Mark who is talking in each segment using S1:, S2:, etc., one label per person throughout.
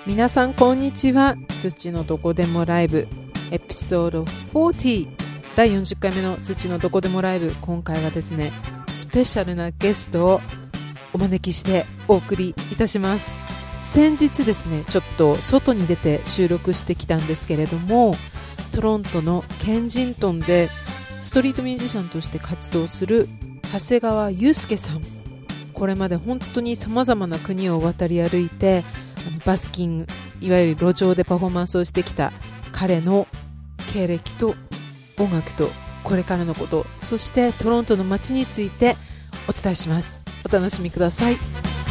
S1: 皆さんこんにちは。土のどこでもライブエピソード40第40回目の土のどこでもライブ、今回はですねスペシャルなゲストをお招きしてお送りいたします。先日ですねちょっと外に出て収録してきたんですけれども、トロントのケンジントンでストリートミュージシャンとして活動する長谷川祐介さん、これまで本当にさまざまな国を渡り歩いてバスキング、いわゆる路上でパフォーマンスをしてきた彼の経歴と音楽とこれからのこと、そしてトロントの街についてお伝えします。お楽しみください。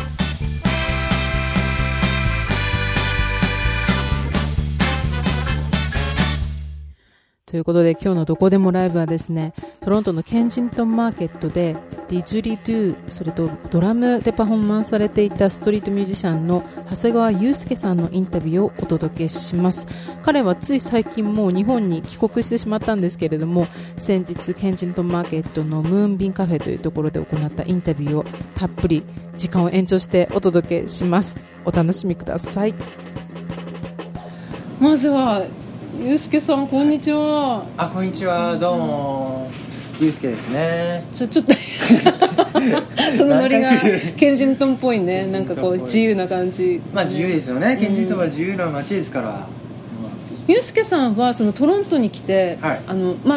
S1: ということで今日のどこでもライブはですね、トロントのケンジントンマーケットでディジュリドゥ、それとドラムでパフォーマンスされていたストリートミュージシャンの長谷川祐介さんのインタビューをお届けします。彼はつい最近もう日本に帰国してしまったんですけれども、先日ケンジントンマーケットのムーンビンカフェというところで行ったインタビューをたっぷり時間を延長してお届けします。お楽しみください。まずはゆうすけさん、こんにちは。
S2: こんにちは、どうもゆうすけですね。
S1: ちょっとそのノリがケンジントンっぽいね。なんかこう自由な感じ。
S2: 自由ですよね。ケンジントンは自由な街ですから。
S1: ゆうすけさんはそのトロントに来て、はい、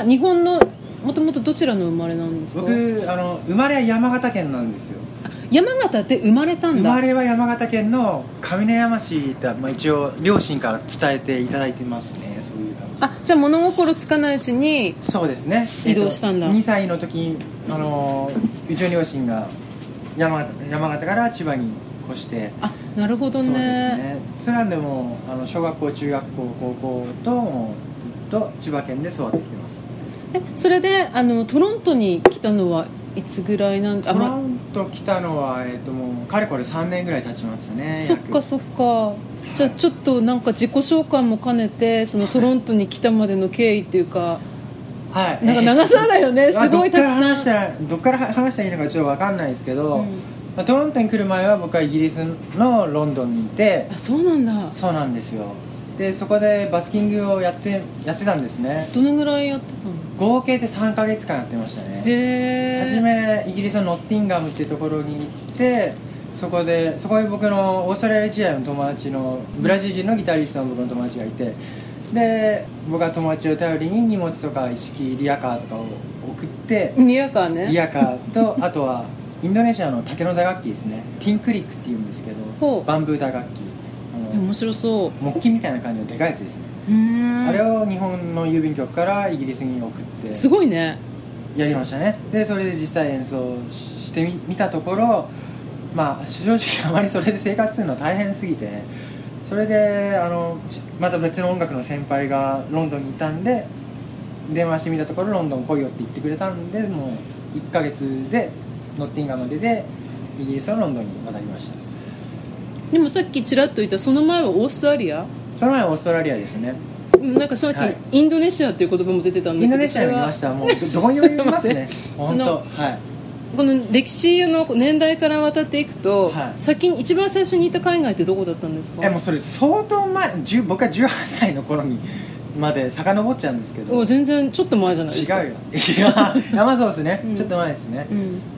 S1: 日本のもともとどちらの生まれなんですか？
S2: 僕生まれは山形県なんですよ。
S1: 山形で生まれたんだ。
S2: 生まれは山形県の上山市と、一応両親から伝えていただいてますね。そういう
S1: じゃあ物心つかないうちに
S2: そうですね、
S1: 移動したんだ。
S2: 2歳の時にうちの両親が山形から千葉に越して。
S1: なるほどね。
S2: そうですね。それなんでも小学校中学校高校ともうずっと千葉県で育ってきてます。
S1: それでトロントに来たのはいつぐらいなん
S2: トロント来たのは、もうかれこれ3年ぐらい経ちますね。
S1: そっかそっか。じゃあちょっとなんか自己紹介も兼ねてそのトロントに来たまでの経緯っていうか、
S2: はい、
S1: なんか長そうだよね。すごいたくさん。
S2: どっから話したらいいのかちょっと分かんないですけど、トロントに来る前は僕はイギリスのロンドンにいて。
S1: そうなんだ。
S2: そうなんですよ。でそこでバスキングをやってたんですね。
S1: どのぐらいやってたの？
S2: 合計で3ヶ月間やってましたね。初めイギリスのノッティンガムっていうところに行って、そこで僕のオーストラリア時代の友達のブラジル人のギタリストの僕の友達がいて、で僕は友達を頼りに荷物とか一式リアカーとかを送って、
S1: リアカーね。
S2: リアカーとあとはインドネシアの竹の打楽器ですね。ティンクリックっていうんですけど、バンブー打楽器、
S1: 面白そう。
S2: 木琴みたいな感じのでかいやつですね。あれを日本の郵便局からイギリスに送って
S1: すごいね。
S2: やりましたね。でそれで実際演奏してみたところ、正直あまりそれで生活するのは大変すぎて、それでまた別の音楽の先輩がロンドンにいたんで電話してみたところ、ロンドン来いよって言ってくれたんで、もう1ヶ月でノッティンガムでイギリスのロンドンに渡りました。
S1: でもさっきちらっと言ったその前はオーストラリア？
S2: その前はオーストラリアですね。
S1: なんかさっき、インドネシアっていう言葉も出てたんだけど、
S2: インドネシアにいました。もうどこにもいますね本当。
S1: この歴史の年代から渡っていくと、一番最初にいた海外ってどこだったんですか？
S2: もうそれ相当前、僕は18歳の頃にまで遡っちゃうんですけど。
S1: 全然ちょっと前じゃないですか。
S2: 違うよ。そうですね、ちょっと前ですね。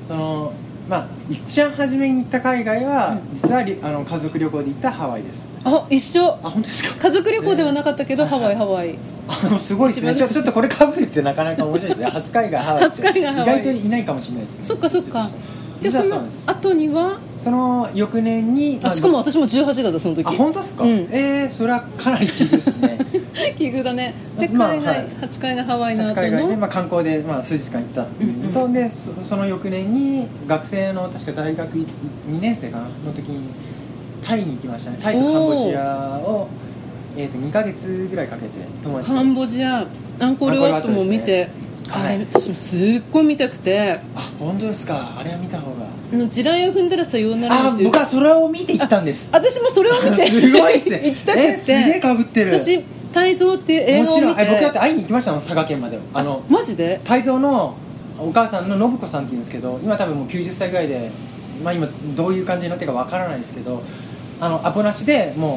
S2: 一番初めに行った海外は、実は家族旅行で行ったハワイです。
S1: 一緒。
S2: 本当ですか？
S1: 家族旅行ではなかったけど、ハワイ
S2: すごいですね。ちょっとこれ被るってなかなか面白いですね。初海外ハワイって意外といないかもしれないですね。
S1: そっかそっか。でその後には
S2: その翌年に
S1: しかも私も18だったその時。
S2: 本当ですか？それはかなり奇遇ですね。
S1: 奇遇だね。で初海外ハワイの後の
S2: 初海外で観光で数日間行ったっていうのと、でその翌年に学生の確か大学2年生かなの時にタイに行きましたね。タイとカンボジアを2ヶ月ぐらいかけて友達と。
S1: カンボジアアンコールワットも見て、私もすっごい見たくて。
S2: 本当ですか？あれは見た方が。
S1: 地雷を踏んだらさようなら
S2: 僕はそれを見て行ったんです。
S1: 私もそれを見て
S2: すごいですね。
S1: 行きたくて。
S2: すげえ被ってる。
S1: 私泰造っていう映画を見て。
S2: もちろん僕だって会いに行きましたもん、佐賀県まで。
S1: マジで？
S2: 泰造のお母さんの信子さんっていうんですけど、今多分もう90歳ぐらいで、今どういう感じになってるかわからないですけど、アポなしでもう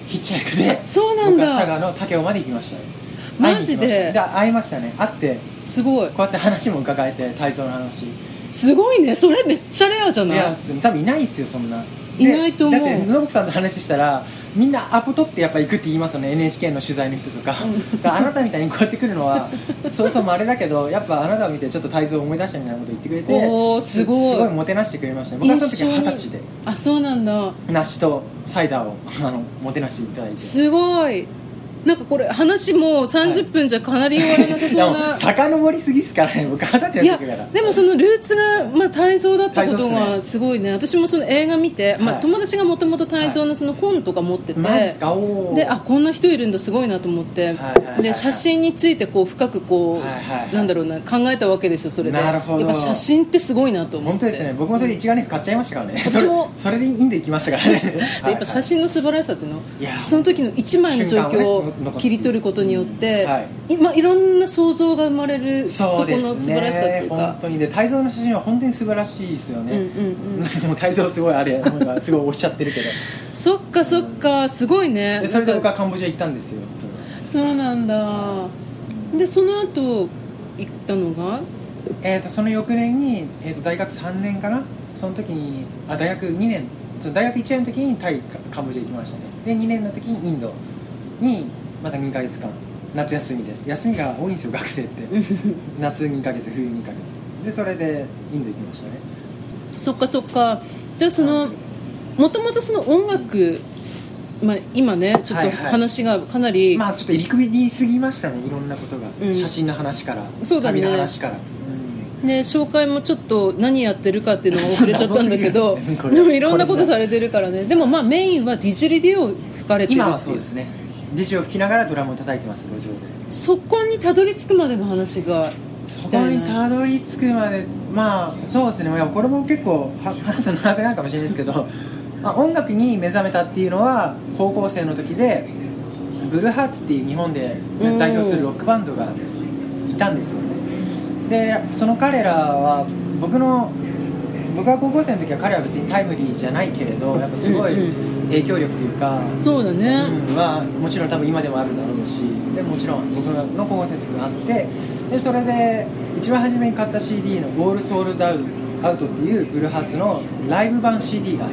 S2: ヒッチハイクで
S3: そうなんだ
S2: 僕は佐賀の武雄まで行きましたね。
S3: マジで
S2: 会いましたね。会って
S3: すごい、
S2: こうやって話も伺えて、体操の話。
S3: すごいね、それめっちゃレアじゃない？
S2: いや多分いないですよそんな。
S3: いないと思う。
S2: だって野口さんと話したらみんなアポ取ってやっぱ行くって言いますよね、 NHK の取材の人とか、だからあなたみたいにこうやって来るのはそうそうあれだけど、やっぱあなたを見てちょっと体操を思い出したみたいなこと言ってくれて、
S3: おーすごい、
S2: すごいもてなしてくれましたね。僕はその時20歳で、
S3: あ、そうなんだ、
S2: 梨とサイダーをもてなしていただいて、
S3: すごい。なんかこれ話も30分じゃかなり終わらなさそうな、
S2: いやもう遡りすぎっすからね、僕20歳の
S3: いや
S2: 時から。
S3: でもそのルーツが、まあ、体操だったこと
S2: 体操っ
S3: がすごいね。私もその映画見て、まあ、
S2: はい
S3: 友達がもともと体操のその本とか持ってて、
S2: マジですか？おー。
S3: で、あ、こんな人いるんだ、すごいなと思って、
S2: はいはいはい
S3: で写真についてこう深くこう、
S2: はいはいはい
S3: なんだろうな、考えたわけですよ。それで
S2: なるほど、
S3: やっぱ写真ってすごいなと思って。
S2: 本当ですね。僕もそれで一眼レフ買っちゃいましたからね。
S3: 私も
S2: それでインド行きましたからね。
S3: でやっぱ写真の素晴らしさっていうの、
S2: いや
S3: その時の一枚の状況を
S2: 瞬間をね
S3: 切り取ることによって、
S2: はい
S3: 今いろんな想像が生まれると
S2: そうです
S3: ころの素晴らしさっていうか、
S2: 本当にで、体操の写真は本当に素晴らしいですよね。
S3: うんうんうん、
S2: もう体操すごいあれ、今すごいおっしゃってるけど、
S3: そっかそっか、すごいね。
S2: でそれで僕
S3: なんか
S2: はカンボジア行ったんですよ。
S3: そうなんだ。でその後行ったのが、
S2: その翌年に、大学3年かな、その時に大学2年、大学1年の時にタイカンボジア行きましたね。で2年の時にインドにまた2ヶ月間夏休みで、休みが多いんですよ学生って夏2ヶ月冬2ヶ月で、それでインド行きましたね。
S3: そっかそっか。じゃあそのもともとその音楽、まあ、今ねちょっと話がかなり、
S2: まあちょっと入り組みすぎましたね、いろんなことが、
S3: うん
S2: 写真の話から
S3: そうだね、
S2: 旅の話から、
S3: ね、紹介もちょっと何やってるかっていうのが遅れちゃったんだけど
S2: これ
S3: でもいろんなことされてるからね。でもまあメインはディジュリディを吹かれてるっていう。
S2: 今はそうですね、ディジを吹きながらドラムを叩いてます、路上で。
S3: そこにたどり着くまでの話が
S2: そこにたどり着くまで、まあそうですね、いやこれも結構話すの長くなるかもしれないですけどまあ音楽に目覚めたっていうのは高校生の時で、ブルーハーツっていう日本で代表するロックバンドがいたんですよね。でその彼らは僕が高校生の時は彼は別にタイムリーじゃないけれど、やっぱすごい影響力というか、
S3: そうだね、
S2: はもちろん多分今でもあるだろうし、でもちろん僕の高校生の時があって、でそれで一番初めに買った CD の「All Sold Out」っていうブルーハーツのライブ版 CD があって、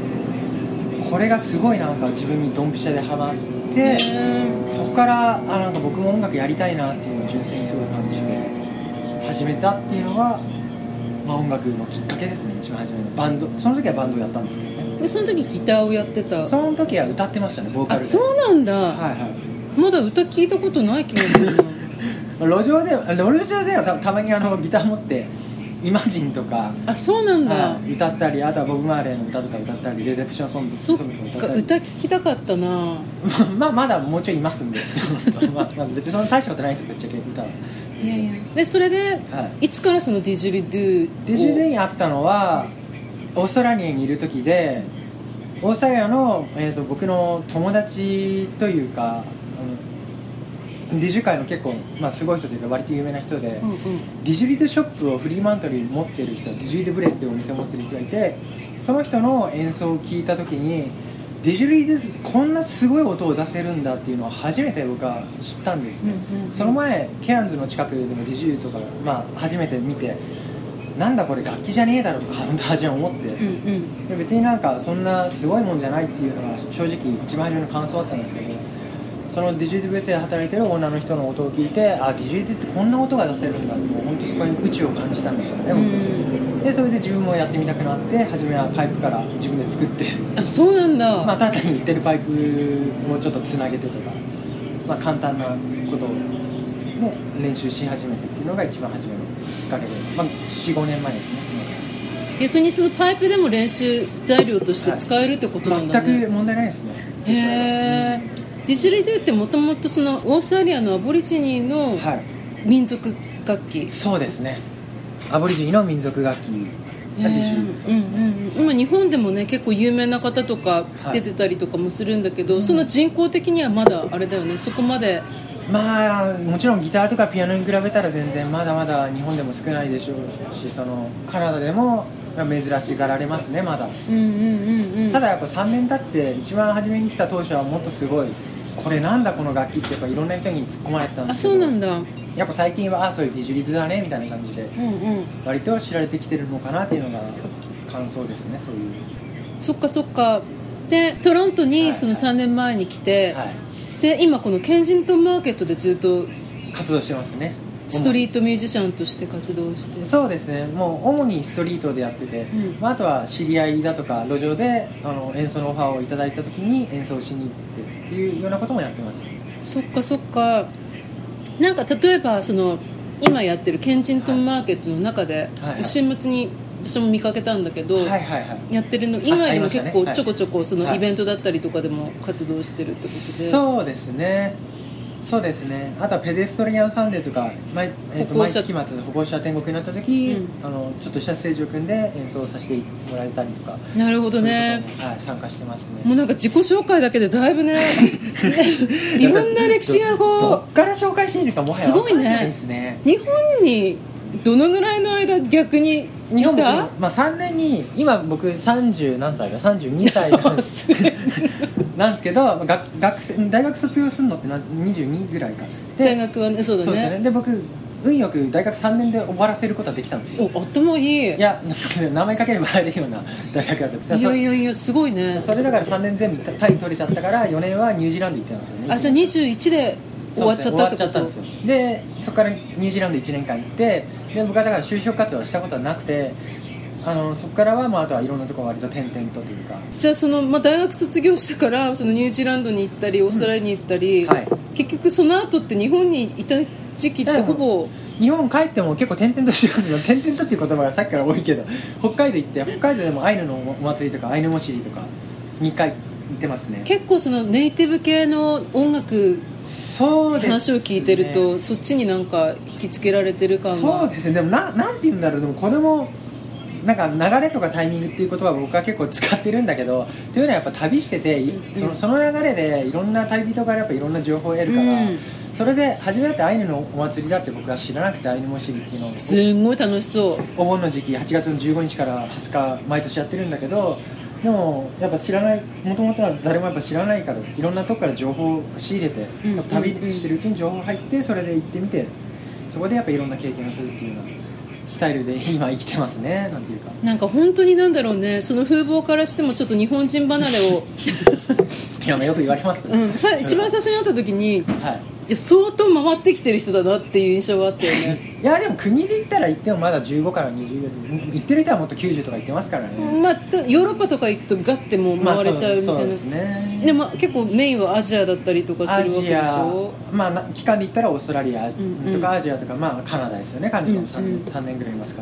S2: これがすごいなんか自分にドンピシャでハマって、そこからなんか僕も音楽やりたいなっていうのを純粋にすごい感じて始めたっていうのは、まあ、音楽のきっかけですね。一番初めのバンド、その時はバンドをやったんですけどね。
S3: でその時ギターをやってた。
S2: その時は歌ってましたね、ボーカル
S3: あ、
S2: で。
S3: そうなんだ、
S2: はいはい。
S3: まだ歌聞いたことない気がするな
S2: 路上ではたまにギター持ってイマジンとか、
S3: あ、そうなんだ、
S2: 歌ったり、あとはボブ・マーレーの歌とか歌ったり、レデプションソング
S3: そっ
S2: とか歌
S3: か、
S2: ったり、
S3: 歌聞きたかったな。
S2: まあまだもうちょいいますんでまあ別にそんな大したことないですよ、ぶっちゃけ歌は。
S3: いやいや。でそれで、いつからそのディジュリドゥ
S2: ディジュリに会ったのはオーストラリアにいる時で、オーストラリアの、僕の友達というか、ディジュ界の結構、まあ、すごい人というか割と有名な人で、
S3: うんうん、
S2: ディジュリドショップをフリーマントリーに持ってる人、ディジュリドブレスというお店を持ってる人がいて、その人の演奏を聞いた時に、ディジュリドこんなすごい音を出せるんだっていうのを初めて僕は知ったんですね、
S3: うんうんうん、
S2: その前ケアンズの近くでもディジュリとか、まあ、初めて見て、なんだこれ楽器じゃねえだろとか本当初め思って、
S3: うんうん、
S2: で別になんかそんなすごいもんじゃないっていうのが正直一番初めの感想だったんですけど、そのディジュリブレスで働いてる女の人の音を聞いて、あ、ディジュリってこんな音が出せるんだって、もう本当そこに宇宙を感じたんですよね、僕、うん、でそれで自分もやってみたくなって、初めはパイプから自分で作って、
S3: あ、そうなんだ、
S2: まあ、ただに売ってるパイプをちょっとつなげてとか、まあ、簡単なことを、ね、練習し始めてっていうのが一番初めのきっかけで、まあ、4、5年前ですね。
S3: 逆にそのパイプでも練習材料として使えるってことなんだね。
S2: 全く問題ないですね。
S3: へー、ディジュリドゥってもともとそのオーストラリアのアボリジニの民族楽器、
S2: はい、そうですね、アボリジニの民族楽器がディジュリドゥですね、
S3: うんうん、今日本でもね結構有名な方とか出てたりとかもするんだけど、はい、その人口的にはまだあれだよね、そこまで。
S2: まあもちろんギターとかピアノに比べたら全然まだまだ日本でも少ないでしょうし、そのカナダでも珍しがられますね、まだ。
S3: うんうんうんうん。
S2: ただやっぱ3年経って一番初めに来た当初はもっとすごいこれなんだこの楽器ってやっぱいろんな人に突っ込まれてたんですけど、
S3: あ、そうなんだ。
S2: やっぱ最近はそれディジュリドだねみたいな感じで
S3: うんうん。
S2: 割と知られてきてるのかなっていうのが感想ですね。そういう
S3: そっかそっか。でトロントにその3年前に来て、
S2: はい、
S3: で今このケンジントンマーケットでずっと
S2: 活動してますね。
S3: ストリートミュージシャンとして活動して。
S2: そうですね、もう主にストリートでやってて、
S3: うん
S2: まあ、あとは知り合いだとか路上で演奏のオファーをいただいた時に演奏しに行ってっていうようなこともやってます。
S3: そっかそっか。なんか例えばその今やってるケンジントンマーケットの中で、
S2: はいはい、
S3: 週末に私も見かけたんだけど、
S2: はいはいはい、
S3: やってるの以外でも結構
S2: ね、
S3: ちょこちょこそのイベントだったりとかでも活動してるってことで、
S2: そうですね、そうですね。あとはペデストリアンサンデーとか毎月末歩行者天国になった時、ちょっとしたステージを組んで演奏させてもらえたりとか。
S3: なるほどね。
S2: はい、参加してますね。
S3: もうなんか自己紹介だけでだいぶねいろんな歴史がこう
S2: どっから紹介していいのかもはや分かんないですね。
S3: 日本にどのぐらいの間逆にいた？
S2: まあ、3年に今僕30何歳か32歳なんですけど大学卒業するのって22ぐらいか。
S3: 大学はね、そうだね。
S2: そうですよね。で僕運よく大学3年で終わらせることができたんですよ。
S3: お、頭いい。
S2: いや名前かければ入れるような大学だった。
S3: いやいやいや、すごいね。
S2: それだから3年全部単位取れちゃったから4年はニュージーランド行ってたんですよね。
S3: あ、じゃあ21で終わっちゃったってこと？
S2: 終わっちゃったんですよ。でそこからニュージーランド1年間行って、で僕はだから就職活動はしたことはなくて、そこからはまああとはいろんなところ割と転々とというか。
S3: じゃあその、まあ、大学卒業してからそのニュージーランドに行ったりオーストラリアに行ったり、
S2: はい、
S3: 結局その後って日本にいた時期ってほぼ
S2: 日本帰っても結構転々としてるんですよ。転々とっていう言葉がさっきから多いけど、北海道行って、北海道でもアイヌのお祭りとかアイヌモシリとか2回行ってますね。
S3: 結構そのネイティブ系の音楽、
S2: そうですね、
S3: 話を聞いてるとそっちになんか引きつけられてる感が。
S2: そうですね。でもなんて言うんだろう。でもこれもなんか流れとかタイミングっていう言葉を僕は結構使ってるんだけど、というのはやっぱ旅してて、その流れでいろんな旅人からやっぱいろんな情報を得るから、それで初めてアイヌのお祭りだって僕は知らなくて、アイヌモシリっていうのを
S3: すんごい楽しそう。
S2: お盆の時期8月の15日から20日毎年やってるんだけど、でもやっぱ知らない、もともとは誰もやっぱ知らないから、いろんなとこから情報を仕入れて、旅してるうちに情報入って、それで行ってみて、そこでやっぱいろんな経験をするっていうようなスタイルで今生きてますね。なんていうか、
S3: なんか本当になんだろうね、その風貌からしてもちょっと日本人離れを
S2: いやよく言われます、
S3: 一番最初に会った時に、
S2: はい、
S3: いや相当回ってきてる人だなっていう印象があったよね。
S2: いやでも国で言ったら言ってもまだ15から20言ってる人はもっと90とか言ってますからね。
S3: まあ、ヨーロッパとか行くとガッてもう回れちゃうみたいな、
S2: そうですね。
S3: でも結構メインはアジアだったりとかするわけでしょ。
S2: まあ、期間で言ったらオーストラリアとかアジアとか、まあ、カナダですよね。カナダも 3年ぐらいいますから、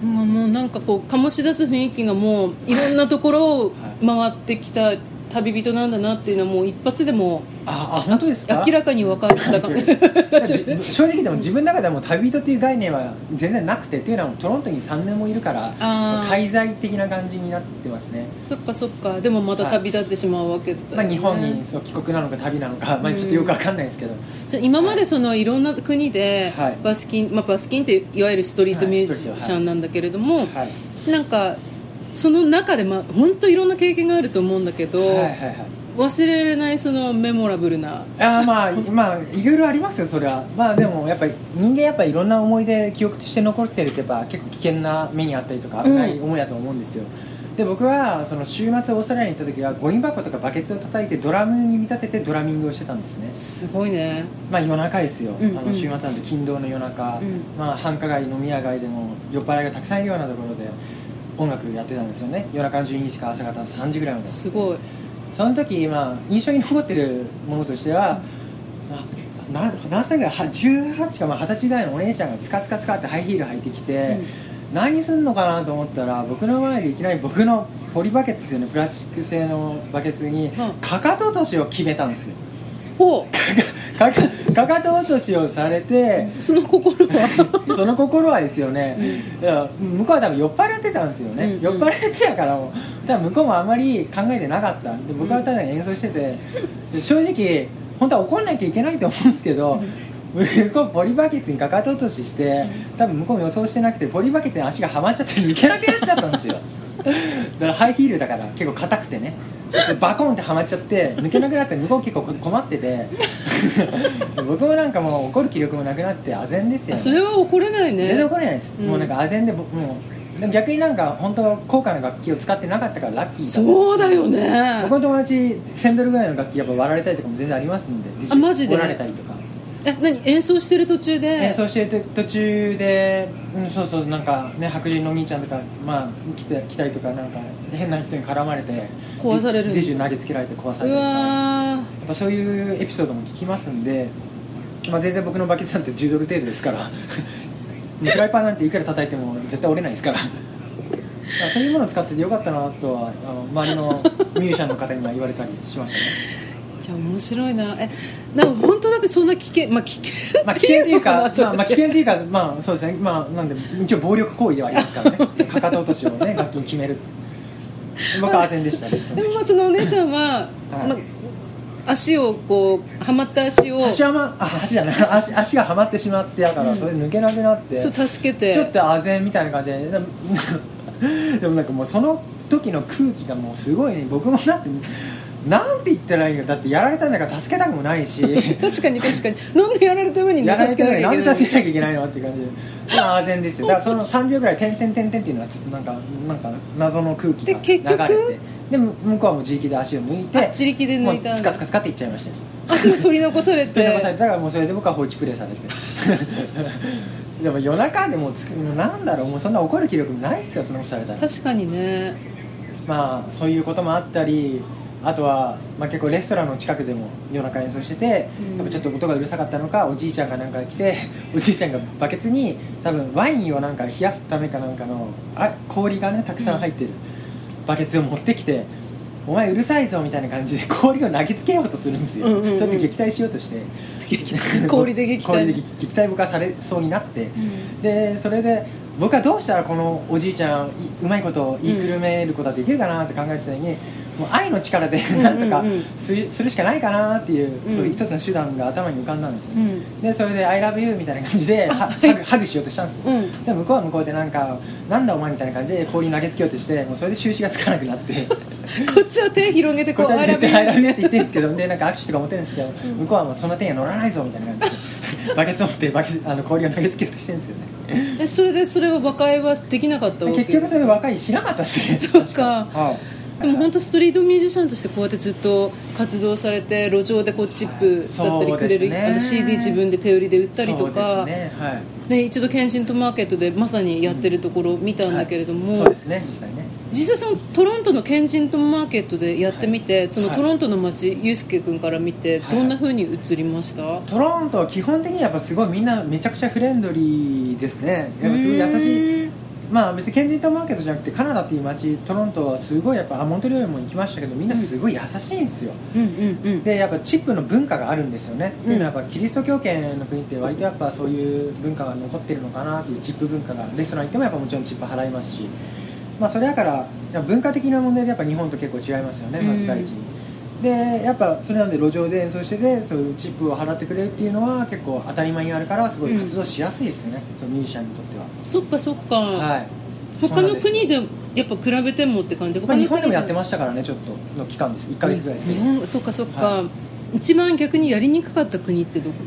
S3: もうなんかこう醸し出す雰囲気がもういろんなところを回ってきた旅人なんだなっていうのはもう一発でも
S2: 本当ですか？
S3: 明らかに分かったか
S2: 正直でも自分の中でも旅人っていう概念は全然なくて、っていうのはトロントに3年もいるから滞在的な感じになってますね。
S3: そっかそっか。でもまた旅立ってしまうわけだよね。
S2: まあ、日本に帰国なのか旅なのか、まあ、ちょっとよく分かんないですけど、
S3: 今までそのいろんな国でバスキンっていわゆるストリートミュージシャンなんだけれども、なんかその中で本当いろんな経験があると思うんだけど、忘れられないそのメモラブルな。
S2: まあいろいろありますよそれは。まあでもやっぱり人間やっぱりいろんな思い出記憶として残ってるってやっぱ結構危険な目にあったりとか危ない思いだと思うんですよ。で僕はその週末オーストラリアに行った時はゴミ箱とかバケツを叩いてドラムに見立ててドラミングをしてたんですね。
S3: すごいね。
S2: まあ夜中ですよ、週末なんで勤労の夜中、まあ繁華街飲み屋街でも酔っ払いがたくさんいるようなところで音楽やってたんですよね。夜中の12時から朝方3時ぐらいまで。
S3: すごい。
S2: その時、印象に残ってるものとしては、何歳ぐらい18か20歳ぐらいのお姉ちゃんがツカツカってハイヒール履いてきて、何すんのかなと思ったら、僕の前でいきなり僕のポリバケツですよね、プラスチック製のバケツにかかと落としを決めたんですよ。かかと落としをされて、
S3: その心は
S2: ですよね、向こうは多分酔っ払ってたんですよね、酔っ払ってたから多分向こうもあまり考えてなかった。で僕はただ演奏してて、正直本当は怒んなきゃいけないと思うんですけど、 向こうポリバケツにかかと落としして多分向こうも予想してなくてポリバケツに足がはまっちゃって抜けなくなっちゃったんですよ。だからハイヒールだから結構硬くてね、バコンってはまっちゃって抜けなくなって向こう結構困ってて僕もなんかもう怒る気力もなくなって唖然ですよね。
S3: それは怒れないね。
S2: 全然怒れないです、もうなんか唖然でもう逆になんか本当は高価な楽器を使ってなかったからラッキーだ。
S3: そうだよね。
S2: 僕の友達$1000ぐらいの楽器やっぱ割られたりとかも全然ありますんで。
S3: あ、マジで
S2: 折られたりとか。
S3: 何演奏してる途中で
S2: 演奏してる途中で、そうそうなんかね白人のお兄ちゃんとか、まあ、来たりとかなんか変な人に絡まれて
S3: 壊される、
S2: デジュ投げつけられて壊されるとか、やっぱそういうエピソードも聞きますんで、まあ、全然僕のバケツなんて$10程度ですからフライパンなんていくら叩いても絶対折れないですからそういうものを使っててよかったなとは周りのミュージシャンの方には言われたりしましたね。
S3: いや面白いな。なんか本当だってそんな危険、危険っていうか、
S2: 危険っていうか、まあそうですね、まあなんで一応暴力行為ではありますからねかかと落としをね楽器に決める。僕は唖然でしたね。
S3: でもまあそのお姉ちゃんは、はい、足をこうはまった足を
S2: 足じゃない足がはまってしまってやから、それ抜けなくなって
S3: そう助けて
S2: ちょっと唖然みたいな感じででもなんかもうその時の空気がもうすごいね。僕もなんて言ったらいいの。だってやられたんだから助けたくもないし
S3: 確かになんでやられた上に助けなきゃいけないの。
S2: なんで助けなきゃいけないのっていう感じで唖然ですよ。だからその3秒ぐらい点々っていうのはなんか謎の空気が流れて、で向こうはもう自力で足を抜いて
S3: 自力で抜いたんだ。
S2: スカツカツカっていっちゃいましたよ。
S3: 足も取り残されて
S2: だからもうそれで僕は放置プレイされてでも夜中でもなんだろう、もうそんな怒る気力もないですよ、そのことされたら。
S3: 確かにね。
S2: まあそういうこともあったり、あとは、まあ、結構レストランの近くでも夜中演奏してて、やっぱちょっと音がうるさかったのか、おじいちゃんがなんか来ておじいちゃんがバケツに多分ワインをなんか冷やすためかなんかの氷がねたくさん入ってるバケツを持ってきて、お前うるさいぞみたいな感じで氷を投げつけようとするんですよ、そうやって撃退しようとして
S3: 氷で撃
S2: 退僕はされそうになって、でそれで僕はどうしたらこのおじいちゃんうまいことを言いくるめることができるかなって考えてたのに、もう愛の力でなんとかするしかないかなっていう、そういう一つの手段が頭に浮かんだんですよ、でそれで I love you みたいな感じでハグしようとしたんですよ、で向こうは向こうでなんだお前みたいな感じで氷投げつけようとして、もうそれで収拾がつかなくなってこ
S3: っちは手広げて
S2: こっちは I love you って言ってるんですけど、でなんか握手とか持ってるんですけど、向こうはもうその手には乗らないぞみたいな感じでバケツを持って氷を投げつけようとしてるんですよね。
S3: それは和解はできなかったわけ。
S2: 結局それ和解しなかったっすね。
S3: そうか、でも本当ストリートミュージシャンとしてこうやってずっと活動されて、路上でこうチップだったりくれる、CD 自分で手売りで売ったりとか、で一度ケンジントンマーケットでまさにやってるところを見たんだけれども、
S2: そうですね、
S3: 実際そのトロントのケンジントンマーケットでやってみて、そのトロントの街、ユースケ君から見てどんな風に映りました？
S2: トロントは基本的にやっぱすごいみんなめちゃくちゃフレンドリーですね。やっぱすごい優しい。まあ別にケンジントンマーケットじゃなくてカナダっていう街、トロントはすごいやっぱモントリオールも行きましたけど、みんなすごい優しいんですよ、でやっぱチップの文化があるんですよね、っていうのはやっぱキリスト教圏の国って割とやっぱそういう文化が残ってるのかなっていう、チップ文化がレストラン行ってもやっぱもちろんチップ払いますし、まあそれだから文化的な問題でやっぱ日本と結構違いますよね、まず第一に。でやっぱそれなんで路上で演奏しててそういうチップを払ってくれるっていうのは結構当たり前にあるから、すごい活動しやすいですよね、ミュージシャンにとっては。
S3: そっかそっか、
S2: はい、
S3: 他の国でやっぱ比べてもって感じ。
S2: まあ、日本でもやってましたからね、ちょっとの期間です、1ヶ月ぐらいですけど。
S3: 日本、そっかそっか、一番逆にやりにくかった国ってどこ？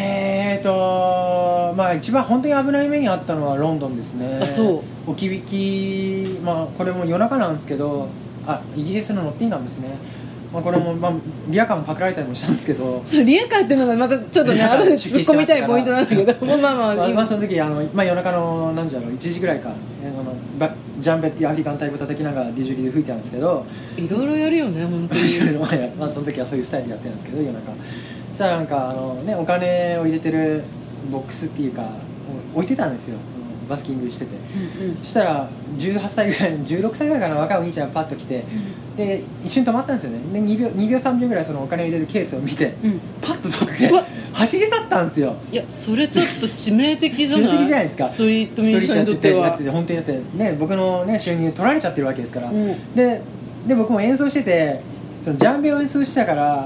S2: まあ一番本当に危ない目にあったのはロンドンですね。
S3: あ、そう。
S2: 置き引き、まあこれも夜中なんですけど、イギリスのノッティンガムですね。まあこれもリアカーもパクられたりもしたんですけど、
S3: そうリアカーっていうのがまたちょっとね後で突っ込みたいポイントなんだけど
S2: まあその時夜中の何時だろう、1時ぐらいか、ジャンベっていうアフリカンタイプ叩きながらディジュリで吹いてたんですけど、
S3: いろいろやるよね本当に
S2: まあその時はそういうスタイルでやってるんですけど、夜中そしたらなんかお金を入れてるボックスっていうか置いてたんですよ、バスキングしてて、そしたら18歳ぐらい16歳ぐらいかな、若いお兄ちゃんがパッと来て、で一瞬止まったんですよね。で2秒3秒ぐらいそのお金を入れるケースを見て、パッと取って走り去ったんですよ。
S3: いやそれちょっと致命的じゃない？致命的じゃないですか、ストリートミュージシャンにとっては。
S2: だって本当にね、僕の、ね、収入取られちゃってるわけですから、で僕も演奏してて、そのジャンベを演奏したから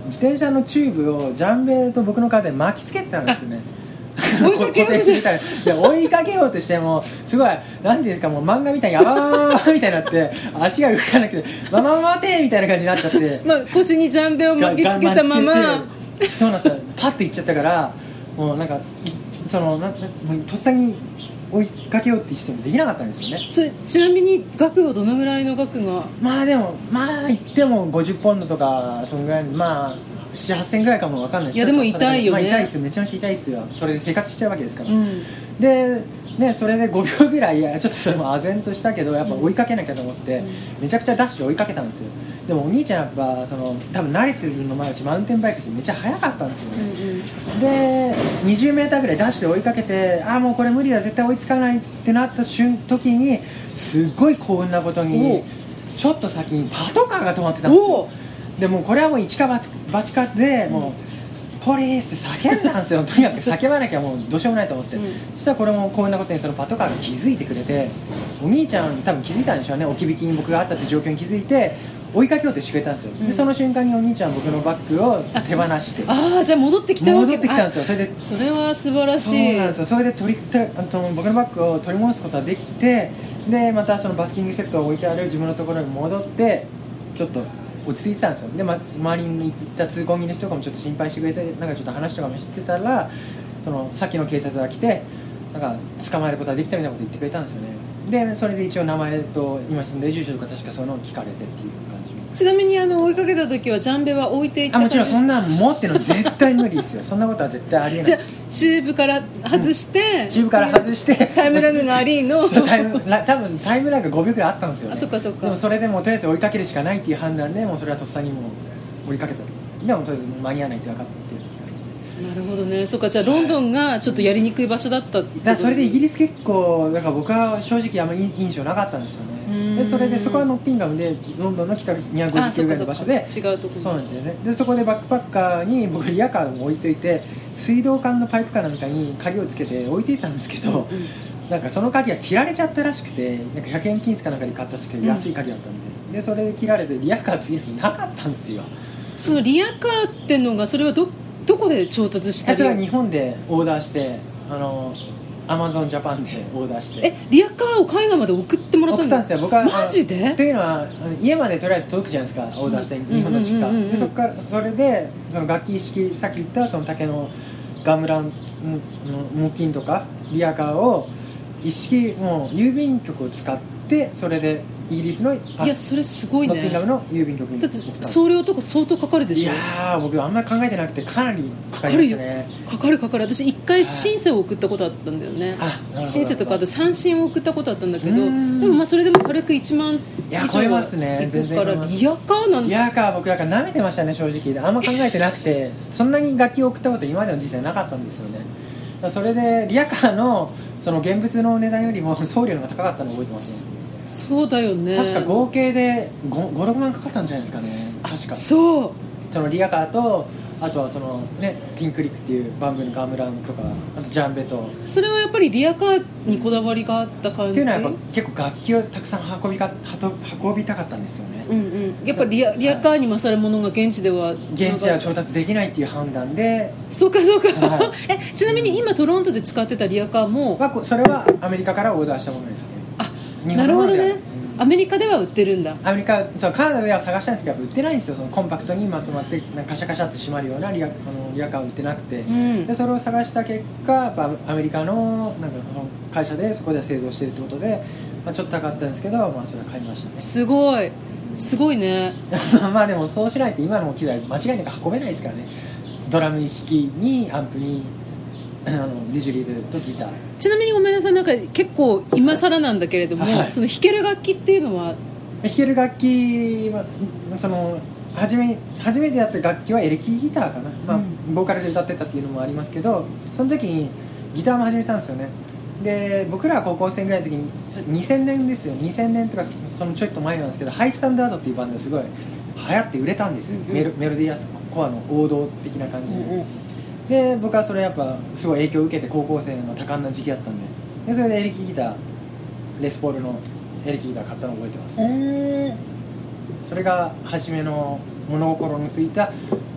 S2: 自転車のチューブをジャンベと僕の体で巻きつけてたんですね。
S3: 追いかけようとして
S2: 追いかけようとしてもすごいなんていうんですか、もう漫画みたいにあばばばみたいになって足が動かなくてママ待てみたいな感じになっちゃって、
S3: 腰にジャンベを巻きつけたまま
S2: そうなんですよ、パッといっちゃったから、もうなんかそのもうとっさに追いかけようってしてもできなかったんですよね。
S3: それちなみに額はどのぐらいの額が？
S2: でも言っても50ポンドとかそのぐらい、7、8000ぐらいかも分かんないです。
S3: いやでも痛いよね。
S2: 痛いですよ、めちゃめちゃ痛いですよ。それで生活してるわけですから、でね、それで5秒ぐらいちょっとそれも唖然としたけどやっぱ追いかけなきゃと思って、めちゃくちゃダッシュ追いかけたんですよ。でもお兄ちゃんやっぱ多分慣れてるのもあるしマウンテンバイクしてめっちゃ速かったんですよね、で20メーターぐらいダッシュで追いかけて、もうこれ無理だ絶対追いつかないってなった時にすっごい幸運なことにちょっと先にパトカーが止まってたんですよ。でもうこれはもう一か八かでもうポリースって叫んだんですよ。とにかく叫ばなきゃもうどうしようもないと思って、そしたらこれも幸運なことにそのパトカーが気づいてくれて、お兄ちゃん多分気づいたんでしょうね。置き引きに僕があったって状況に気づいて追いかけようとしてくれたんですよ、でその瞬間にお兄ちゃん僕のバッグを手放して、
S3: じゃあ戻ってきたわけ。
S2: 戻ってきたんですよ。
S3: それは素晴らしい。
S2: そうなんですよ。それで僕のバッグを取り戻すことができて、でまたそのバスキングセットを置いてある自分のところに戻ってちょっと落ち着いてたんですよ。で、周りにいた通行人の人とかもちょっと心配してくれて、なんかちょっと話とかもしてたらさっきの警察が来てなんか捕まえることができたみたいなこと言ってくれたんですよね。でそれで一応名前と今住んでる住所とか確かそういうのを聞かれてっていう感じ。
S3: ちなみに追いかけた時はジャンベは置いていった
S2: もちろんそんなの持ってるの絶対無理ですよ。そんなことは絶対ありえない。
S3: じゃあチューブから外して、
S2: チューブから外して
S3: タイムラグがありの
S2: 多分タイムラグが5秒くらいあったんですよね。
S3: そっかそっか。
S2: でもそれでもとりあえず追いかけるしかないっていう判断でもうそれはとっさにもう追いかけた。でもとりあえず間に合わないって分かって。
S3: なるほどね。そっか、じゃあロンドンがちょっとやりにくい場所だったってこと。
S2: それでイギリス結構だから僕は正直あんまり印象なかったんですよね。でそれでそこはノッティンガムでロンドンの北250キロぐらいの場所で
S3: 違うところ。
S2: そうなんですよね。でそこでバックパッカーに僕リアカーを置いといて水道管のパイプかなんかに鍵をつけて置いていたんですけど、なんかその鍵が切られちゃったらしくて、なんか100円均一かなんかで買ったらしくて安い鍵だったんで、でそれで切られてリアカー次の日なかったんですよ。
S3: そのリアカーってのがそれはどこで調達したり？
S2: それは日本でオーダーしてアマゾンジャパンでオーダーして。
S3: リアカーを海外まで送ってもらったんだ。
S2: 送ったんですよ僕は。
S3: マジで？
S2: というのは家までとりあえず届くじゃないですか、オーダーして日本の実家で、そこからそれでその楽器一式さっき言ったその竹のガムラン木琴とかリアカーを一式もう郵便局を使ってそれでイギリスの
S3: いやそれすごいね。
S2: ノッティンガムの郵便局に
S3: だって送料とか相当かかるでしょ。
S2: いや僕あんまり考えてなくてかなりかかりましたね。
S3: かかる。私一回シンセを送ったことあったんだよね。シンセとかあと三振を送ったことあったんだけど、でもそれでも軽く1万以上
S2: 超えますね。
S3: いくからリアカーなんて。
S2: リアカー僕なんか舐めてましたね正直。あんま考えてなくてそんなに楽器を送ったこと今までの人生なかったんですよね。それでリアカーのその現物の値段よりも送料の方が高かったのを覚えてます、ね。
S3: そうだよね。
S2: 確か合計で5-6万かかったんじゃないですかね。確か
S3: そ
S2: のリアカーとあとはそのねピンクリックっていうバンブーのガムランとかあとジャンベと。
S3: それはやっぱりリアカーにこだわりがあった感じ。
S2: っていうのはやっぱ結構楽器をたくさん運びたかったんですよね。
S3: やっぱりリアカーに勝るものが現地では
S2: 調達できないっていう判断で。
S3: そうか、ちなみに今トロントで使ってたリアカーも、
S2: それはアメリカからオーダーしたものですね。
S3: なるほどね。アメリカでは売ってるんだ。
S2: カナダでは探したんですけど売ってないんですよ。そのコンパクトにまとまってカシャカシャって閉まるようなリアカーは売ってなくて、でそれを探した結果やっぱアメリカのなんか会社でそこで製造しているってことで、ちょっと高かったんですけど、それは買いましたね。す
S3: ごいね
S2: でもそうしないと今の機材間違いなく運べないですからね。ドラム一式にアンプにディジュリーとギター。
S3: ちなみにごめんなさい、なんか結構今更なんだけれども、その弾ける楽器っていうのは
S2: 弾ける楽器はその初めてやった楽器はエレキギターかな、ボーカルで歌ってたっていうのもありますけど、その時にギターも始めたんですよね。で僕らは高校生ぐらいの時に2000年ですよ。2000年とかそのちょっと前なんですけど、ハイスタンダードっていうバンドがすごい流行って売れたんですよ、メロディアスコアの王道的な感じで、で僕はそれやっぱすごい影響を受けて高校生の多感な時期だったんで、それでエレキギターレスポールのエレキギター買ったのを覚えてます。それが初めの物心のついた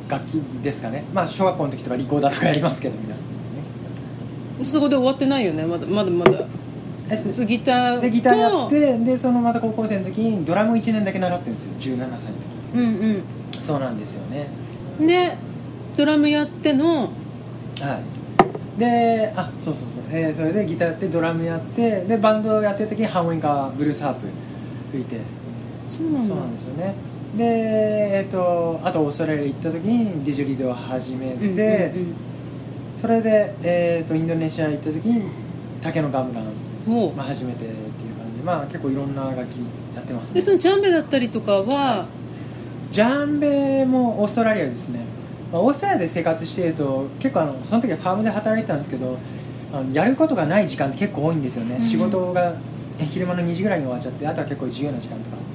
S2: 楽器ですかね。まあ小学校の時とかリコーダーとかやりますけど皆さん
S3: ね。そこで終わってないよね。まだギター
S2: でギターやって、でそのまた高校生の時にドラム1年だけ習ってるんですよ、17歳の時。
S3: うんうん。
S2: そうなんですよね。
S3: でドラムやっての、
S2: はい。でそう、それでギターやってドラムやって、でバンドやってる時にハーモニカブルースハープ吹いて。
S3: そうなん
S2: ですよね。であとオーストラリア行った時にディジュリドを始めて、それでインドネシア行った時に竹のガムラン初めてっていう感じで、まあ結構いろんな楽器やってますね。
S3: でそのジャンベだったりとかは、
S2: ジャンベもオーストラリアですね。オーストラリアで生活していると結構その時はファームで働いてたんですけど、やることがない時間って結構多いんですよね。仕事が昼間の2時ぐらいに終わっちゃって、あとは結構自由な時間とかあって、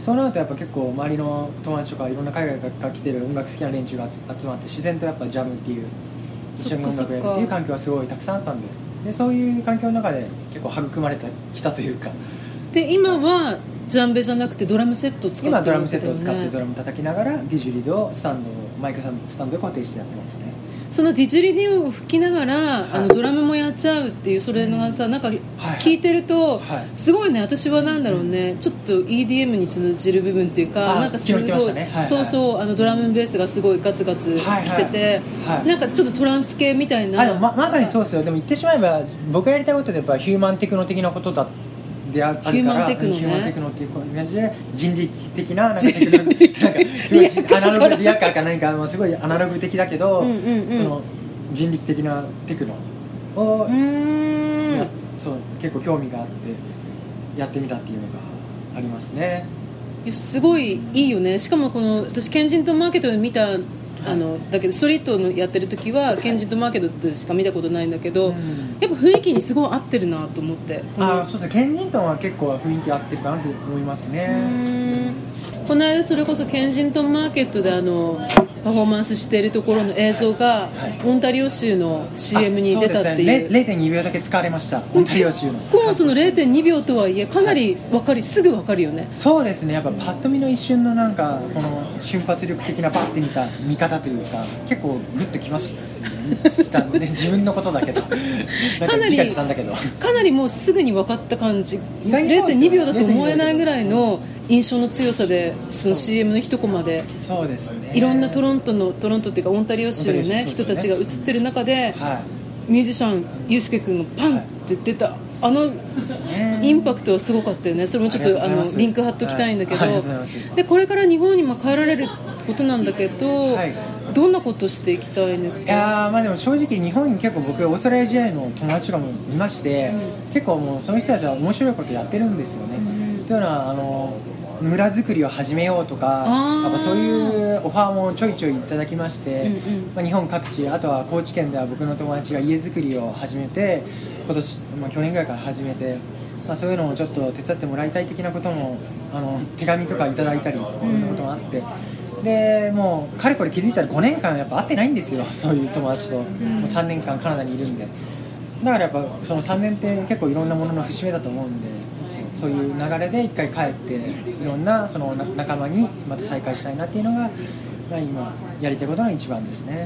S2: そうなるとやっぱ結構周りの友達とかいろんな海外から来てる音楽好きな連中が集まって、自然とやっぱジャムっていう一緒に音楽やるっていう環境がすごいたくさんあったんで、そういう環境の中で結構育まれてきたというか。
S3: で今はジャンベじゃなくてドラムセットを使ってるわけだよね。
S2: 今ドラムセットを使ってドラム叩きながらディジュリドをマイクスタンドで固定してやってますね。
S3: そのディジュリディを吹きながら、ドラムもやっちゃうっていう、それがさ、なんか聞いてると、すごいね。私はなんだろうね、ちょっと EDM に通じる部分っていうか、なんかすごい、そうそうドラムベースがすごいガツガツきてて、なんかちょっとトランス系みたいな。
S2: まさにそうですよ。でも言ってしまえば僕がやりたいことでやっぱヒューマンテクノ的なことだであるから、
S3: ヒューマンテクノね、
S2: ヒューマンテクノっていう感じで人力的ななんかテクノなんかすごいアナログリアカーか何かすごいアナログ的だけど、その人力的なテクノをそう結構興味があってやってみたっていうのがありますね。
S3: いやすごいいいよね。しかもこの私ケンジントンマーケットで見ただけどストリートのやってる時はケンジントンマーケットでしか見たことないんだけど、やっぱ雰囲気にすごい合ってるなと思って。
S2: そうですね。ケンジントンは結構雰囲気合ってるかなと思いますね。
S3: この間それこそケンジントンマーケットでパフォーマンスしているところの映像が、オンタリオ州の CM に出たっていう。
S2: 0.2 秒だけ使われました。オンタリオ州の
S3: 結構その 0.2 秒とはいえかなりすぐ分かるよね。
S2: そうですね。やっぱパッと見の一瞬のなんかこの瞬発力的なバッて見方というか結構グッときましたね。自分のことだけどか
S3: なりもうすぐに分かった感じ。 0.2 秒だと思えないぐらいの印象の強さで、その CM の一コマで
S2: そうですね、
S3: いろんなトロントっていうかオンタリオ州のね人たちが映ってる中で、ミュージシャンユースケ君のパンって出たインパクトはすごかったよね。それもちょっとリンク貼っときたいんだけど、でこれから日本にも帰られることなんだけど、どんなことしていきたいんですか？
S2: いやまあでも正直日本に結構僕オーストラリア時代の友達がもいまして、結構もうその人たちは面白いことやってるんですよね。というのは村づくりを始めようとか、やっぱそういうオファーもちょいちょいいただきまして、日本各地、あとは高知県では僕の友達が家づくりを始めて去年ぐらいから始めて、そういうのをちょっと手伝ってもらいたい的なことも手紙とかいただいたり、こんなこともあって、でもうかれこれ気づいたら5年間やっぱ会ってないんですよ、そういう友達と。もう3年間カナダにいるんで、だからやっぱその3年って結構いろんなものの節目だと思うんで、そういう流れで一回帰っていろんなその仲間にまた再会したいなっていうのが、今やりたいことの一番ですね。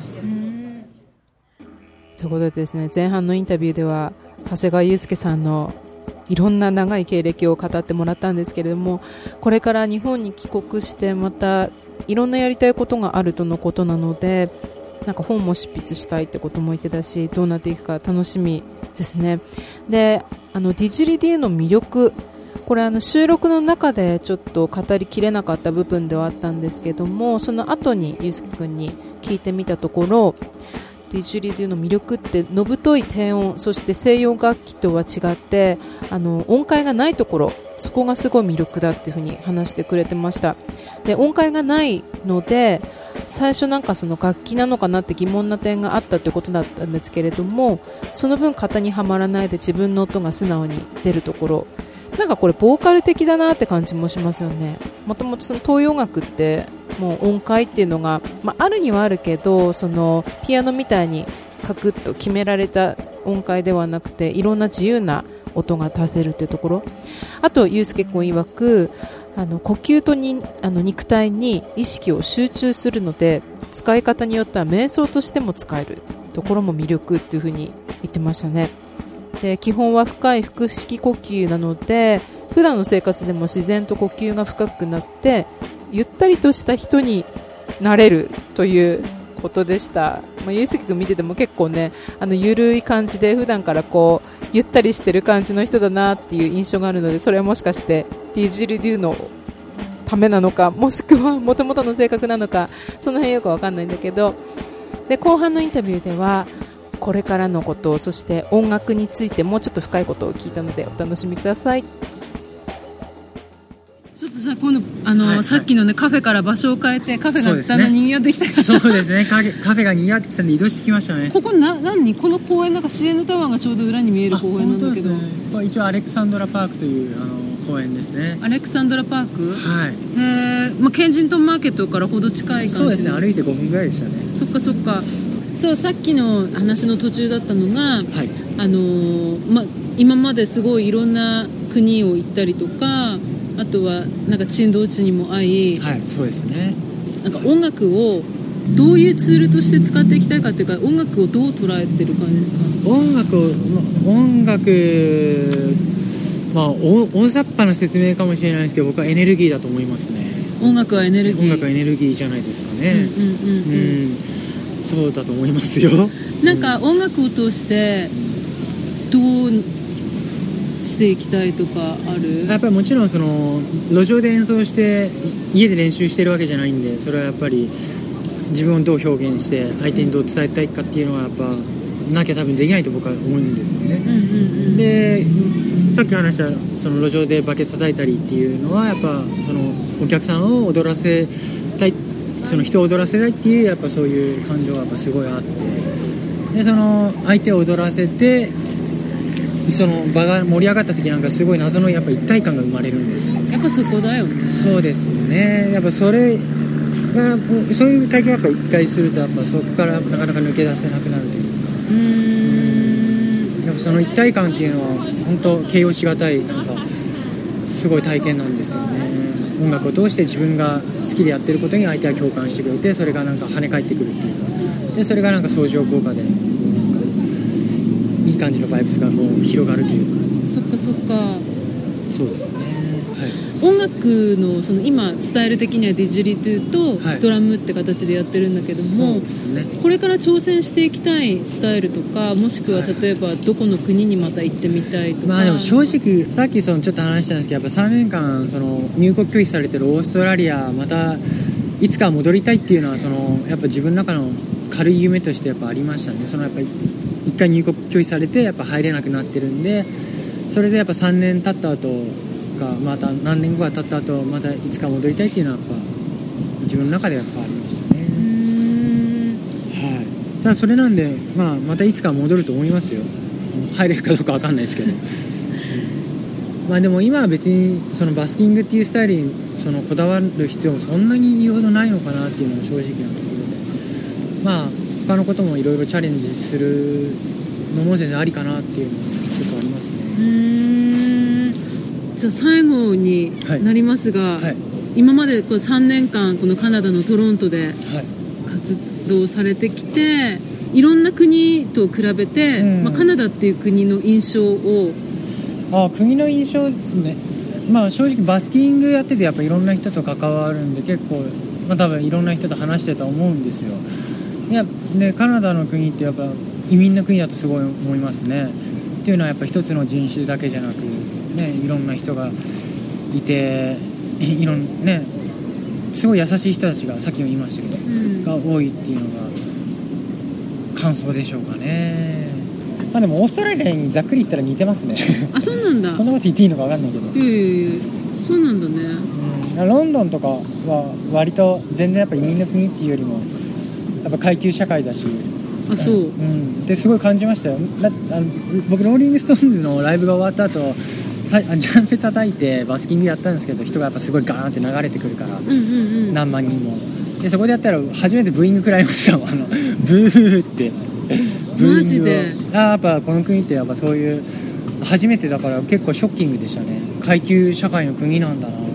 S1: ということでですね、前半のインタビューでは長谷川祐介さんのいろんな長い経歴を語ってもらったんですけれども、これから日本に帰国してまたいろんなやりたいことがあるとのことなので、なんか本も執筆したいってことも言ってたし、どうなっていくか楽しみですね。でディジュリディの魅力、これ収録の中でちょっと語りきれなかった部分ではあったんですけども、その後にゆうすけくんに聞いてみたところ、ディジュリディの魅力ってのぶとい低音、そして西洋楽器とは違って音階がないところ、そこがすごい魅力だっていうふうに話してくれてました。で音階がないので最初なんかその楽器なのかなって疑問な点があったということだったんですけれども、その分型にはまらないで自分の音が素直に出るところ、なんかこれボーカル的だなって感じもしますよね。もともとその東洋楽ってもう音階っていうのが、あるにはあるけど、そのピアノみたいにカクッと決められた音階ではなくて、いろんな自由な音が出せるっていうところ。あとユースケ君曰く呼吸と肉体に意識を集中するので、使い方によっては瞑想としても使えるところも魅力っていう風に言ってましたね。で、基本は深い腹式呼吸なので、普段の生活でも自然と呼吸が深くなってゆったりとした人になれるということでした。ゆうすけくん見てても結構ね、ゆるい感じで普段からこうゆったりしてる感じの人だなっていう印象があるので、それはもしかしてディジルデュのためなのか、もしくは元々の性格なのか、その辺よくわかんないんだけど、で後半のインタビューではこれからのこと、そして音楽についてもうちょっと深いことを聞いたのでお楽しみください。
S3: ちょっとじゃあ今度さっきのねカフェから場所を変えて、カフェがだんだん賑わってきたから、
S2: そうですね、カフェが賑わってきたんで移動してきましたね。
S3: ここ何この公園、なんか CN タワーがちょうど裏に見える公園なんだけど、
S2: ね、一応アレクサンドラパークという公園ですね。
S3: アレクサンドラパーク、
S2: はい、
S3: ケンジントンマーケットからほど近い感じ。
S2: そうですね、歩いて5分ぐらいでしたね。
S3: そっかそっか。そう、さっきの話の途中だったのが、はい、今まですごいいろんな国を行ったりとか、あとはなんか珍道中にも会い、
S2: はい、そうですね。
S3: なんか音楽をどういうツールとして使っていきたいかっていうか、音楽をどう捉えてる感じですか？
S2: 大雑把な説明かもしれないですけど、僕はエネルギーだと思いますね。
S3: 音楽はエネルギー。
S2: 音楽はエネルギーじゃないですかね。そうだと思いますよ。
S3: なんか音楽を通してどうしていきたいとかある？
S2: やっぱりもちろん路上で演奏して家で練習してるわけじゃないんで、それはやっぱり自分をどう表現して相手にどう伝えたいかっていうのはやっぱなきゃ多分できないと僕は思うんですよね。で、さっき話した路上でバケツ叩いたりっていうのはやっぱお客さんを踊らせたい、人を踊らせたいっていうやっぱそういう感情がやっぱすごいあって、で相手を踊らせて場が盛り上がった時なんかすごい謎のやっぱ一体感が生まれるんですよ。
S3: やっぱそこだよね。
S2: そうですね。やっぱそれがそういう体験をやっぱ一回するとやっぱそこからなかなか抜け出せなくなるというか、やっぱその一体感っていうのは本当形容しがたいなんかすごい体験なんですよね。音楽を通して自分が好きでやってることに相手は共感してくれて、それがなんか跳ね返ってくるっていうか、でそれがなんか相乗効果でいい感じのバイブスがこう広がるというか。
S3: そっかそっか。
S2: そうですね、はい、
S3: 音楽の今スタイル的にはディジュリトゥとドラムって形でやってるんだけども、
S2: そうですね、
S3: これから挑戦していきたいスタイルとか、もしくは例えばどこの国にまた行ってみたいとか。
S2: でも正直さっきちょっと話したんですけど、やっぱ3年間入国拒否されてるオーストラリアまたいつか戻りたいっていうのはやっぱ自分の中の軽い夢としてやっぱありましたね。やっぱり一回入国拒否されてやっぱ入れなくなってるんで、それでやっぱ3年経った後かまた何年後か経った後またいつか戻りたいっていうのはやっぱ自分の中でやっぱありましたね。はい。ただそれなんで、またいつか戻ると思いますよ。入れるかどうか分かんないですけどでも今は別にバスキングっていうスタイルにこだわる必要もそんなに言うほどないのかなっていうのも正直なところで、他のこともいろいろチャレンジするのも全然ありかなっていうのは結構ありますね。
S3: じゃあ最後になりますが、今まで3年間このカナダのトロントで活動されてきて、いろんな国と比べて、カナダっていう国の印象を。
S2: 国の印象ですね。正直バスキングやっててやっぱいろんな人と関わるんで結構、多分いろんな人と話してたと思うんですよ。でカナダの国ってやっぱ移民の国だとすごい思いますね。っていうのはやっぱ一つの人種だけじゃなく、いろんな人がいて、すごい優しい人たちがさっきも言いましたけど、が多いっていうのが感想でしょうかね。でもオーストラリアにざっくり言ったら似てますね
S3: あ、そうなんだ。
S2: こんなこと言っていいのか分かんないけど、
S3: そうなんだね。
S2: ロンドンとかは割と全然やっぱ移民の国っていうよりもやっぱ階級社会だし、
S3: そう、
S2: ですごい感じましたよ。僕ローリングストーンズのライブが終わった後ジャンプ叩いてバスキングやったんですけど、人がやっぱすごいガーンって流れてくるから、何万人もで、そこでやったら初めてブーイング食らいましたもん。ブーって
S3: マジで。
S2: やっぱこの国ってやっぱそういう初めてだから結構ショッキングでしたね。階級社会の国なんだな。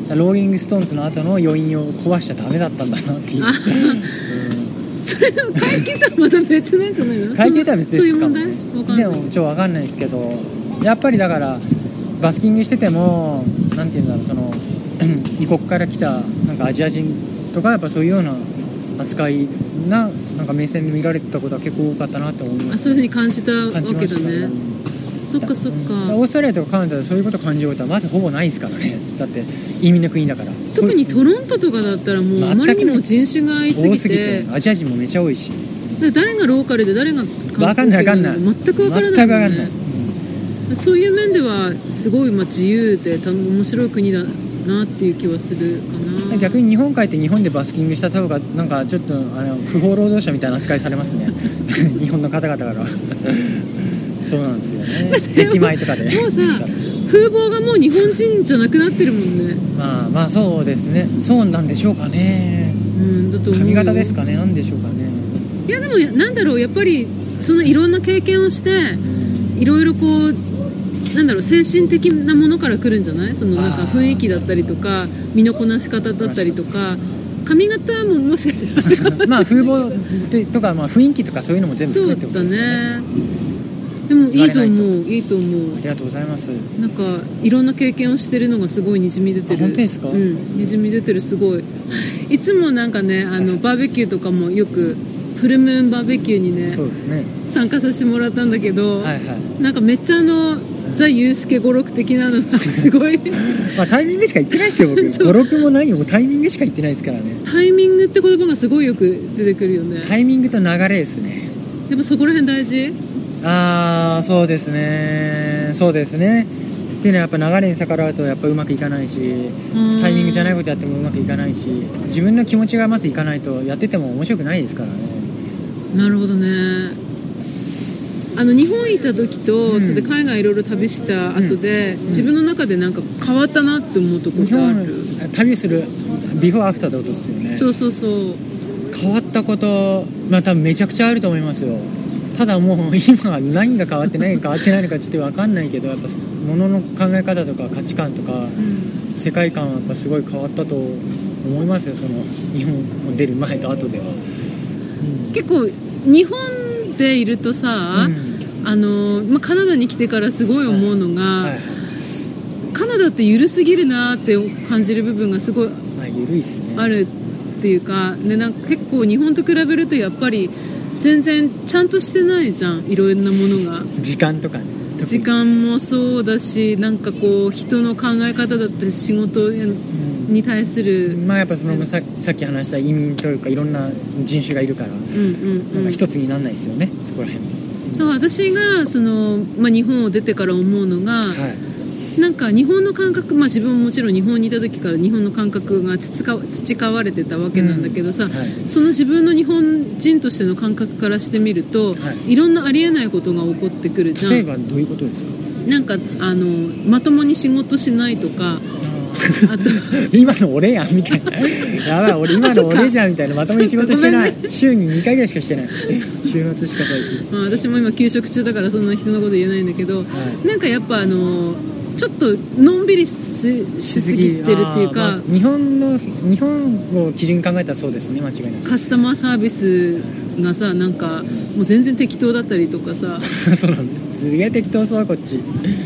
S2: ローリングストーンズの後の余韻を壊しちゃダメだったんだなっていう、
S3: それでも階級とはまた別なんじゃないの？
S2: 階級とは別ですかもね。
S3: そういう問題？
S2: でも分かんないですけど、やっぱりだからバスキングしててもなんていうんだろう、その異国から来たなんかアジア人とかやっぱそういうような扱いなんか目線で見られてたことは結構多かったなと思います。
S3: そういうふうに感じたわけだね。そっかそっか。
S2: オーストラリアとかカナダでそういうこと感じることはまずほぼないですからね。だって移民の国だから。
S3: 特にトロントとかだったらもうあまりにも人種がいすぎて、
S2: アジア人もめちゃ多いし、
S3: 誰がローカルで誰が
S2: 分かんない全
S3: く分からないもんね。そういう面ではすごい自由で面白い国だなっていう気はするかな。
S2: 逆に日本帰って日本でバスキングした方がなんかちょっと不法労働者みたいな扱いされますね日本の方々からそうなんですよね駅前とかで
S3: もうさ風貌がもう日本人じゃなくなってるもんね。
S2: まあそうですね。そうなんでしょうかね。だと髪型ですかね。なんでしょうかね。
S3: いやでもなんだろう、やっぱりそのいろんな経験をしていろいろこうなんだろう、精神的なものから来るんじゃない？そのなんか雰囲気だったりとか身のこなし方だったりとか髪型ももしかしたら
S2: まあ風貌とか雰囲気とかそういうのも全部含めてことですよね。
S3: そうだね。でもいいと思う、いいと思う。
S2: ありがとうございます。
S3: なんかいろんな経験をしてるのがすごいにじみ出てる。
S2: 本当ですか？
S3: にじみ出てる。すごい。いつもなんかねバーベキューとかもよくフルムーンバーベキューにね、
S2: そうですね、
S3: 参加させてもらったんだけど、なんかめっちゃザ・ユースケ語録的なのがすごい
S2: タイミングしか言ってないですよ僕語録も何もタイミングしか言ってないですからね。
S3: タイミングって言葉がすごいよく出てくるよね。
S2: タイミングと流れですね。
S3: やっぱそこら辺大事？
S2: そうですね、そうですね。っていうのはやっぱ流れに逆らうとやっぱうまくいかないし、タイミングじゃないことやってもうまくいかないし、自分の気持ちがまずいかないとやってても面白くないですからね。
S3: なるほどね。日本行った時と、それで海外いろいろ旅した後で、自分の中でなんか変わったなって思うところがある。
S2: 旅するビフォーアフターってことですよね。
S3: そうそうそう。
S2: 変わったこと多分めちゃくちゃあると思いますよ。ただもう今は何が変わって何が変わってないのかちょっと分かんないけど、やっぱ物の考え方とか価値観とか、世界観はやっぱすごい変わったと思いますよ。その日本を出る前と後では、
S3: 結構日本でいるとさ、カナダに来てからすごい思うのが、カナダって緩すぎるなって感じる部分がすごい
S2: 緩いっすね。
S3: あるっていうか、なんか結構日本と比べるとやっぱり全然ちゃんとしてないじゃん、いろんなものが。
S2: 時間とかね。
S3: 時間もそうだし、なんかこう人の考え方だったり仕事に対する、
S2: やっぱそのさっき話した移民というかいろんな人種がいるから、なんか一つにならないですよね、そこら辺。
S3: だから私が日本を出てから思うのが、なんか日本の感覚、自分ももちろん日本にいた時から日本の感覚が培われてたわけなんだけどさ、その自分の日本人としての感覚からしてみると、いろんなありえないことが起こってくるじゃん。
S2: 例えばどういうことですか？
S3: なんかまともに仕事しないとか、あと
S2: 今の俺やんみたいなやばい俺今の俺じゃんみたいな、まともに仕事してない、週に2回ぐらいしかしてない週末しか最近、
S3: 私も今休職中だからそんな人のこと言えないんだけど、なんかやっぱちょっとのんびりしすぎてるっていうか、
S2: 日本を基準に考えたらそうですね、間違いなく。
S3: カスタマーサービスがさ、なんかもう全然適当だったりとかさ
S2: そうなんです、すげえ適当そうこっち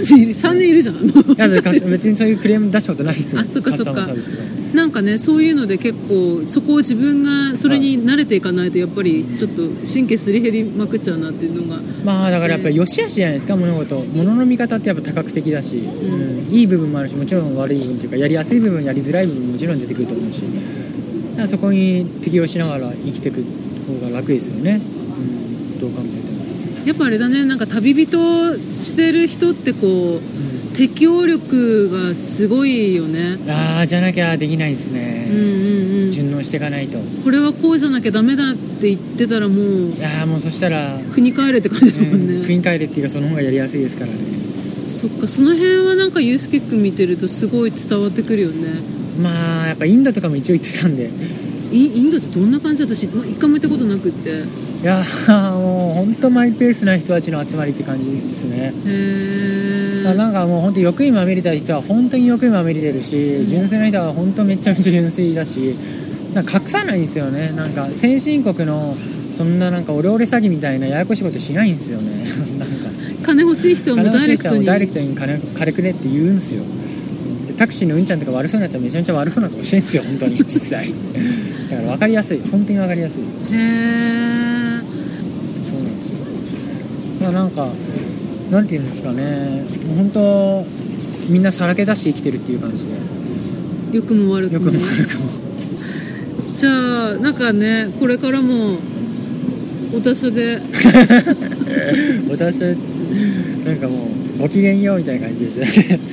S3: 3年いるじゃんい
S2: や別にそういうクレーム出したことないですよ。
S3: そっかそっか。なんかね、そういうので結構そこを自分がそれに慣れていかないとやっぱりちょっと神経すり減りまくっちゃうなっていうのが、
S2: だからやっぱり良し悪しじゃないですか、物の見方ってやっぱ多角的だし、いい部分もあるし、もちろん悪い部分というかやりやすい部分やりづらい部分ももちろん出てくると思うし、だからそこに適応しながら生きていく方が楽ですよね、どう考えても。
S3: やっぱあれだね、なんか旅人してる人ってこう、適応力がすごいよね。
S2: じゃなきゃできないですね、順応していかないと。
S3: これはこうじゃなきゃダメだって言ってたらもう
S2: もうそしたら
S3: 国帰れって感じだもんね、
S2: 国帰れっていうかその方がやりやすいですからね。
S3: そっか、その辺はなんかユースケック見てるとすごい伝わってくるよね。
S2: やっぱインドとかも一応行ってたんで。
S3: インドってどんな感じ？私一回も行ったことなくって。
S2: もう本当マイペースな人たちの集まりって感じですね。
S3: へー。
S2: なんかもう本当に欲にまみれた人は本当に欲にまみれてるし、純粋な人は本当めちゃめちゃ純粋だし、なんか隠さないんですよね。なんか先進国のそんななんかオレオレ詐欺みたいなややこしいことしないんですよね。なんか
S3: 金欲しい人はもうダイレクトに
S2: 金くれって言うんですよ。でタクシーのうんちゃんとか悪そうになっちゃめちゃめちゃ悪そうなことしてるんですよ本当に実際だから分かりやすい、本当に分かりやすい。
S3: へえ。
S2: そうなんですよ。まあなんかなんていうんですかね、もう本当みんなさらけ出して生きてるっていう感じで、
S3: 良くも悪くも。じゃあなんかね、これからもお達者で
S2: お達者なんかもうごきげんようみたいな感じですよね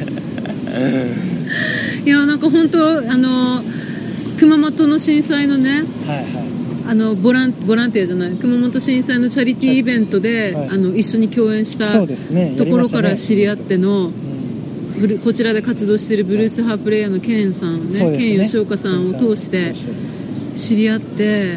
S3: いやなんか本当熊本の震災のね、
S2: はいはい、
S3: ボランティアじゃない、熊本震災のチャリティーイベントで、はい、一緒に共演したところから知り合っての、こちらで活動しているブルースハープレイヤーのケンさんね、ケン吉岡さんを通して知り合って、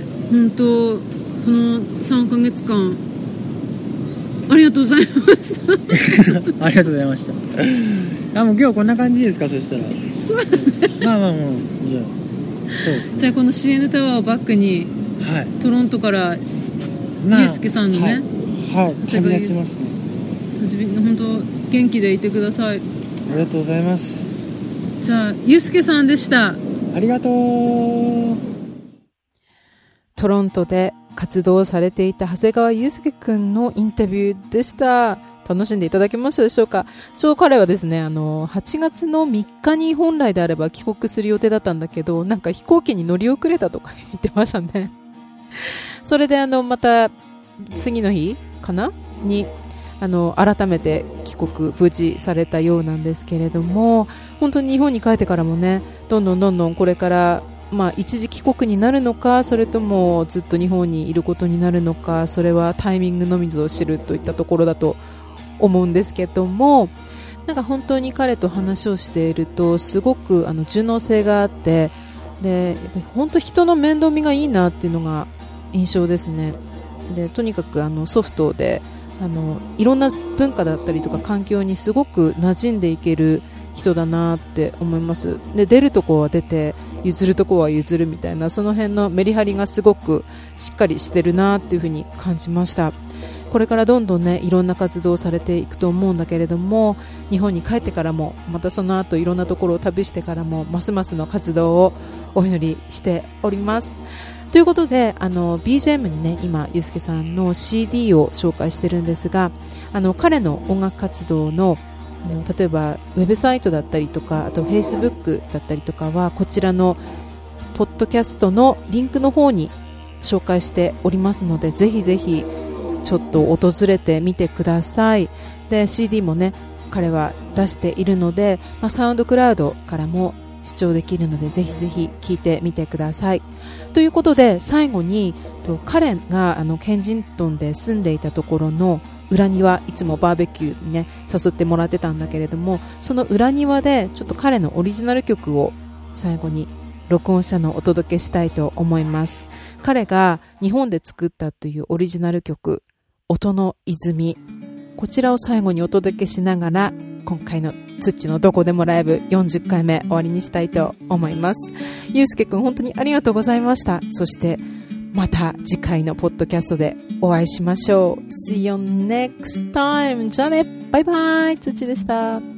S3: 本当この3ヶ月間ありがとうございました
S2: ありがとうございましたもう今日こんな感じですか。そしたら
S3: そうだね
S2: まあもうじゃあそうですね。
S3: じゃあこの CN タワーをバックに、はい、トロントからユースケさんのね、
S2: はい、旅立ちますね。
S3: 本当元気でいてください。
S2: ありがとうございます。
S3: じゃあユースケさんでした。
S2: ありがとう。
S1: トロントで活動されていた長谷川祐介くんのインタビューでした。楽しんでいただけましたでしょうか。彼はですね8月の3日に本来であれば帰国する予定だったんだけど、なんか飛行機に乗り遅れたとか言ってましたねそれでまた次の日かなに改めて帰国無事されたようなんですけれども、本当に日本に帰ってからもね、どんどんこれから一時帰国になるのか、それともずっと日本にいることになるのか、それはタイミングのみぞ知るといったところだと思うんですけども、なんか本当に彼と話をしているとすごく順応性があって、で本当人の面倒見がいいなっていうのが印象ですね。でとにかくソフトでいろんな文化だったりとか環境にすごく馴染んでいける人だなって思います。で出るとこは出て譲るとこは譲るみたいな、その辺のメリハリがすごくしっかりしてるなっていうふうに感じました。これからどんどんねいろんな活動をされていくと思うんだけれども、日本に帰ってからもまたその後いろんなところを旅してからもますますの活動をお祈りしております。ということでBGM にね今ゆうすけさんの CD を紹介してるんですが、彼の音楽活動の例えばウェブサイトだったりとか、あと Facebook だったりとかはこちらのポッドキャストのリンクの方に紹介しておりますので、ぜひぜひちょっと訪れてみてください。で CD もね彼は出しているので、サウンドクラウドからも視聴できるので、ぜひぜひ聞いてみてください。ということで最後に彼がケンジントンで住んでいたところの裏庭、いつもバーベキューにね誘ってもらってたんだけれども、その裏庭でちょっと彼のオリジナル曲を最後に録音したのをお届けしたいと思います。彼が日本で作ったというオリジナル曲、音の泉、こちらを最後にお届けしながら今回の土のどこでもライブ40回目終わりにしたいと思います。ゆうすけくん本当にありがとうございました。そしてまた次回のポッドキャストでお会いしましょう。See you next time. じゃあね、バイバイ。土でした。